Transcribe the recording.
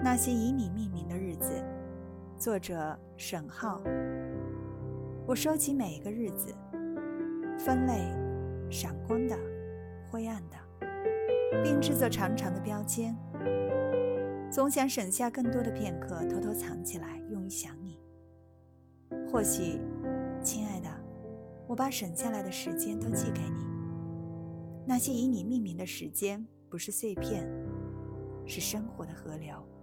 那些以你命名的日子，作者沈浩。我收集每一个日子，分类闪光的、灰暗的，并制作长长的标签，总想省下更多的片刻，偷偷藏起来，用于想你。或许，亲爱的，我把省下来的时间都寄给你。那些以你命名的时间，不是碎片，是生活的河流。